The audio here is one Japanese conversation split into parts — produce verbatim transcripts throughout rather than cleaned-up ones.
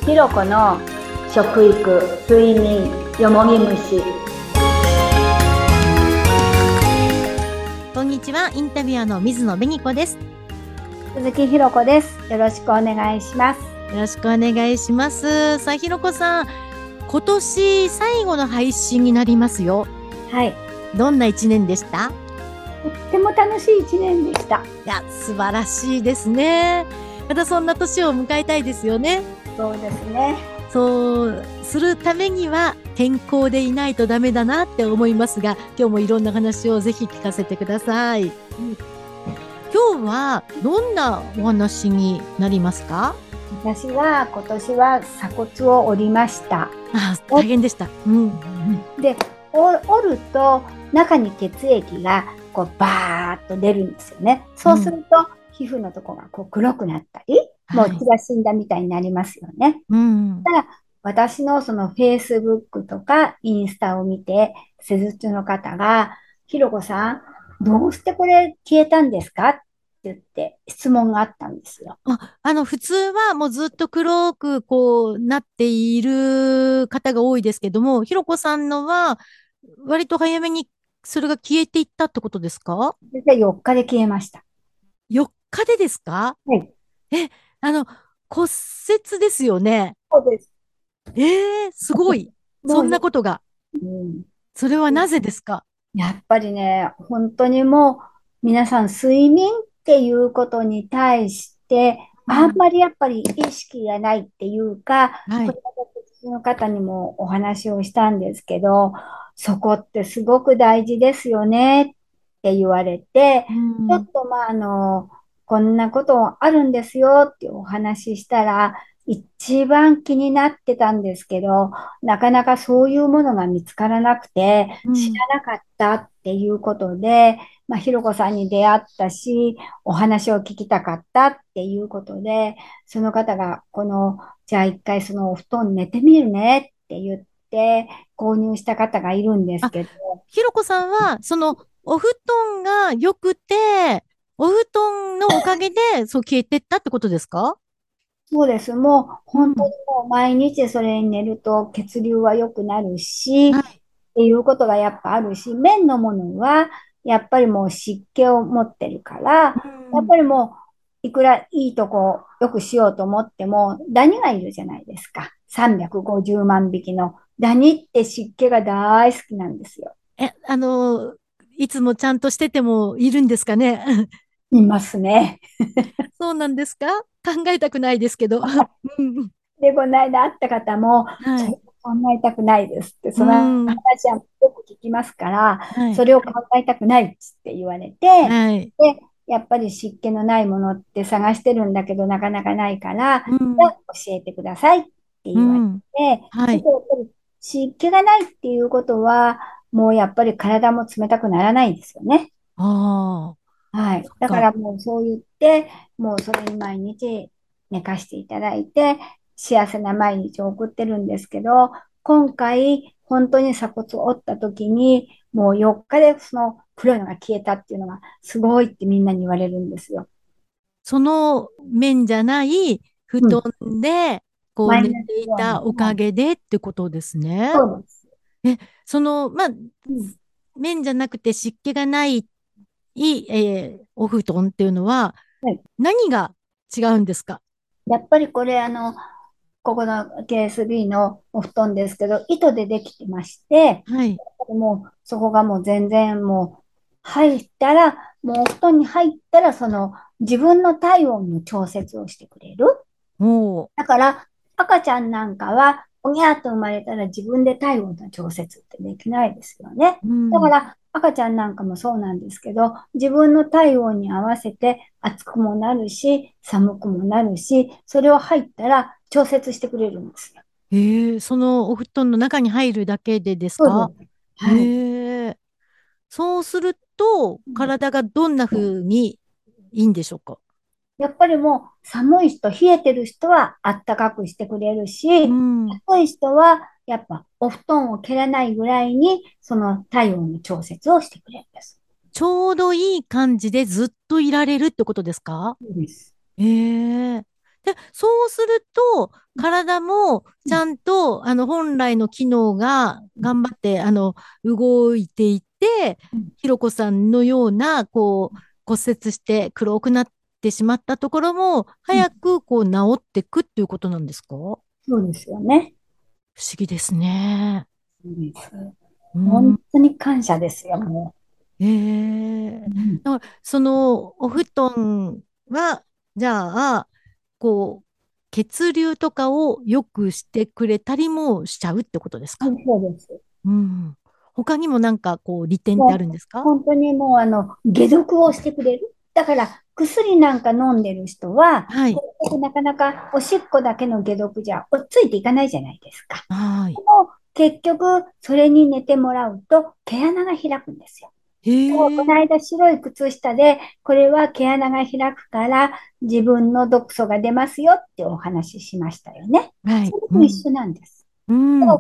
ひろこの食育、睡眠、よもぎ虫。 こんにちは、インタビュアーの水野紅子です。 鈴木ひろこです。よろしくお願いします。 よろしくお願いします。さあ、ひろこさん、今年最後の配信になりますよ。 はい。 どんな一年でした？ とっても楽しい一年でした。 いや、素晴らしいですね。またそんな年を迎えたいですよね。 そうですね。 そうするためには健康でいないとダメだなって思いますが、今日もいろんな話をぜひ聞かせてください。うん、今日はどんなお話になりますか？ 私は今年は鎖骨を折りました。 あ、大変でした。うん、 で、折ると中に血液がこうバーッと出るんですよね。そうすると、うん、皮膚のところがこう黒くなったり、もう血が死んだみたいになりますよね。 うん、 ただ私のそのフェイスブックとかインスタを見て、施術中の方が、ひろこさん、どうしてこれ消えたんですかって言って質問があったんですよ。 あ、あの、普通はもうずっと黒くこうなっている方が多いですけども、ひろこさんのは割と早めにそれが消えていったってことですか？ で、よっかで消えました。 よっかでですか？ はい。 え、あの、骨折ですよね。 そうです。 えー、すごい。そんなもうよ、 ことが。 うん、 それはなぜですか？ やっぱりね、本当にもう皆さん睡眠っていうことに対してあんうん、 まりやっぱり意識がないっていうか、 はい。 これまで別の方にもお話をしたんですけど、そこってすごく大事ですよねって言われて、 うちょっん、 とまああの、こんなことあるんですよってお話ししたら、一番気になってたんですけど、なかなかそういうものが見つからなくて、知うん。 らなかったっていうことで、まあ、ひろこさんに出会ったし、お話を聞きたかったっていうことで、その方が、この、じゃあ一回そのお布団寝てみるねって言って、購入した方がいるんですあ、 けど、 ひろこさんは、その、お布団が良くて、お布団のおかげで、そう消えてったってことですか？ そうです。もううん。 本当にもう毎日それに寝ると血流は良くなるし、っはい。 ていうことがやっぱあるし、綿のものはやっぱりもう湿気を持ってるから、 うん。 やっぱりもういくらいいとこ良くしようと思ってもダニがいるじゃないですか。さんびゃくごじゅうまん匹の。ダニって湿気が大好きなんですよ。 え、あの、いつもちゃんとしててもいるんですかね？ いますね。 そうなんですか？考えたくないですけど。うん。 で、この間会った方も、 はい。 それを考えたくないですって、 うその話ん。 はよく聞きますから、 はい。 それを考えたくないって言われて、 はい。 で、やっぱり湿気のないものって探してるんだけど、なかなかないから、 うん。 じゃあ教えてくださいって言われうん。 て、 はい。 そしてやっぱり湿気がないっていうことは、もうやっぱり体も冷たくならないんですよね。 ああ、 はい。 そっか。 だからもうそう言って、もうそれに毎日寝かしていただいて、幸せな毎日を送ってるんですけど、今回、本当に鎖骨を折った時に、もうよっかでその黒いのが消えたっていうのが、すごいってみんなに言われるんですよ。 その面じゃない布団うん。 で、こうマイ寝ていナスイオンたおかの、 げでってことですね。 そうです。 え、その、まあ、 うん。 面じゃなくて湿気がない、えーお布団っていうのははい。 何が違うんですか？ やっぱりこれ、あの、ここの ケーエスビー のお布団ですけど、糸でできてまして、 はい。 もうそこがもう全然もう入ったら、もうお布団に入ったら、その自分の体温の調節をしてくれる。 おー。 だから赤ちゃんなんかは、おぎゃーっと生まれたら自分で体温の調節ってできないですよね。 うん。 だから赤ちゃんなんかもそうなんですけど、自分の体温に合わせて暑くもなるし、寒くもなるし、それを入ったら調節してくれるんですよ。 えー、そのお布団の中に入るだけでですか？ そうです。 えはい。 ー、そうすると、体がどんな風にいいんでしょうか？ やっぱりもう寒い人、冷えてる人はあったかくしてくれるうし、 ん。 暑い人はやっぱお布団を蹴らないぐらいにその体温の調節をしてくれるんです。 ちょうどいい感じでずっといられるってことですか？ そうです。 ええ。 で、そうすると、体もちゃんと、あの、本来の機能が頑張って、あの、動いていて、ひろこさんのような、こう、骨折して黒くなってしまったところも、早く、こう、治っていくっていうことなんですか？不そうですよね。 思議ですね。 そうです。本うん。 当に感謝ですよ、もええ。 う。うん、 だからその、お布団は、じゃあ、こう、血流とかを良くしてくれたりもしちゃうってことですか？ はい、そうです。 うん。他にもなんか、こう、利点ってあるんもう、 ですか？ 本当にもう、あの、解毒をしてくれる。だから、薬なんか飲んでる人は、 はい。 結局なかなかおしっこだけの解毒じゃ追っついていかないじゃないですか。 はい。 でも、結局、それに寝てもらうと、毛穴が開くんですよ。こへえ。 の間白い靴下で、これは毛穴が開くから自分の毒素が出ますよってお話ししましたよね。 はい。 それうん。 と一緒なんです。 うん。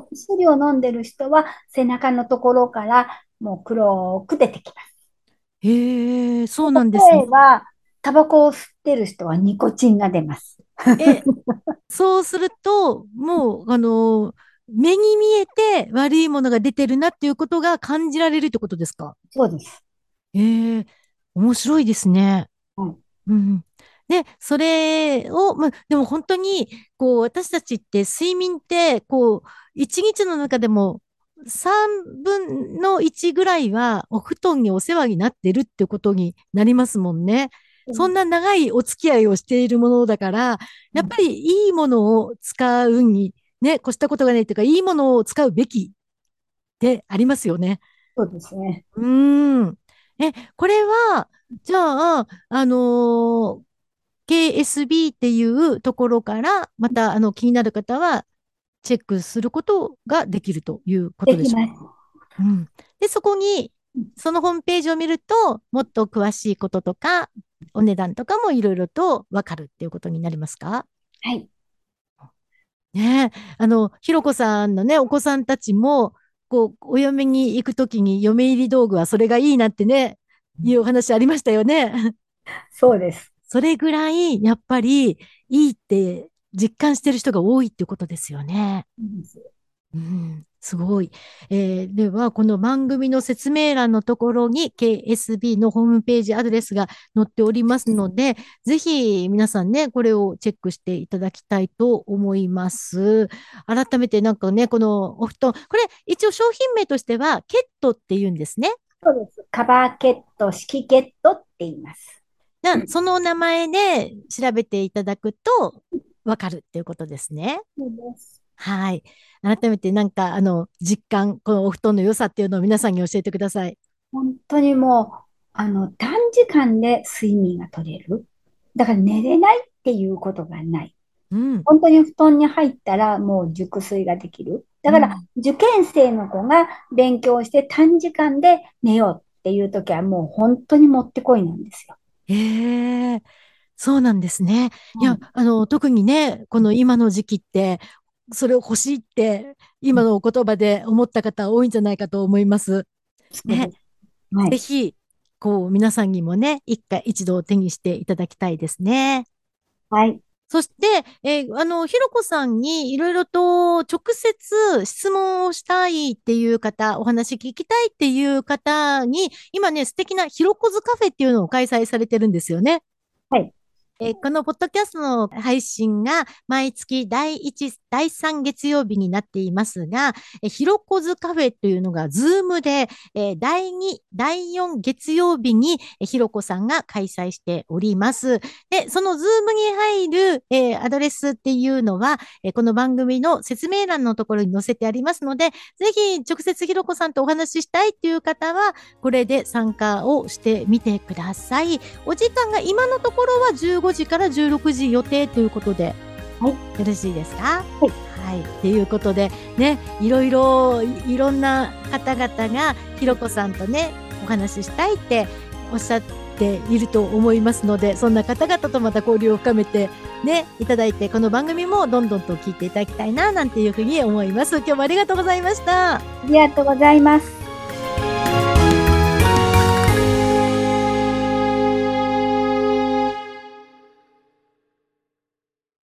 薬を飲んでる人は背中のところからもう黒く出てきます。 へえ、そうなんですね。 例えば、タバコを吸ってる人はニコチンが出ます。 え、そうすると、もう、あの、目に見えて悪いものが出てるなっていうことが感じられるってことですか？ そうです。 ええ、面白いですね。 はい。 うん。で、それを、まあ、でも本当に、こう、私たちって睡眠って、こう、一日の中でもさんぶんのいちぐらいはお布団にお世話になってるってことになりますもんね。そんな長いお付き合いをしているものだから、やっぱりいいものを使うに、ね、越したことがないというか、いいものを使うべきでありますよね。 そうですね。 うーん。え、これは、じゃあ、あのー ケーエスビー っていうところから、また、あの、気になる方は、チェックすることができるということでしょできます。 うか。うん。で、そこに、そのホームページを見ると、もっと詳しいこととか、お値段とかもいろいろとわかるっていうことになりますか？ はい。 ねえ、あの、ひろこさんのね、お子さんたちも、こう、お嫁に行くときに嫁入り道具はそれがいいなってね、いうお話ありましたよね。 そうです。 それぐらい、やっぱり、いいって実感してる人が多いってことですよね。うん、すごい。えーでは、この番組の説明欄のところに ケーエスビー のホームページアドレスが載っておりますので、ぜひ皆さんね、これをチェックしていただきたいと思います。改めてなんかね、このお布団、これ一応商品名としては、ケットって言うんですね。 そうです。カバーケット、敷きケットって言います。 なその名前で調べていただくとわかるっていうことですね。 そうです。 はい。改めてなんか、あの、実感、このお布団の良さっていうのを皆さんに教えてください。 本当にもう、あの、短時間で睡眠が取れる。だから寝れないっていうことがない。 うん。 本当に布団に入ったらもう熟睡ができる。だからうん。 受験生の子が勉強して短時間で寝ようっていう時はもう本当にもってこいなんですよ。 ええ、そうなんですね。いや、 はい。 あの、特にね、この今の時期って、それを欲しいって、今のお言葉で思った方多いんじゃないかと思います。ね。 そうです。はい。 ぜひ、こう、皆さんにもね、一回一度手にしていただきたいですね。 はい。 そして、えーあの、ひろこさんにいろいろと直接質問をしたいっていう方、お話聞きたいっていう方に、今ね、素敵なひろこずカフェっていうのを開催されてるんですよね。 はい。 えーこのポッドキャストの配信が毎月だいいち、だいさん月曜日になっていますが、えーひろこずカフェというのがズームで、えーだいに、だいよん月曜日にえーひろこさんが開催しております。で、そのズームに入る、えーアドレスっていうのは、えーこの番組の説明欄のところに載せてありますので、ぜひ直接ひろこさんとお話ししたいっていう方は、これで参加をしてみてください。お時間が今のところはじゅうごじからじゅうろくじ予定ということで、 はい。 よろしいですか？ はい。 はい。ということで、ね、いろいろ、いいろんな方々が、ひろこさんとね、お話ししたいっておっしゃっていると思いますので、そんな方々とまた交流を深めて、ね、いただいて、この番組もどんどんと聞いていただきたいな、なんていうふうに思います。今日もありがとうございました。 ありがとうございます。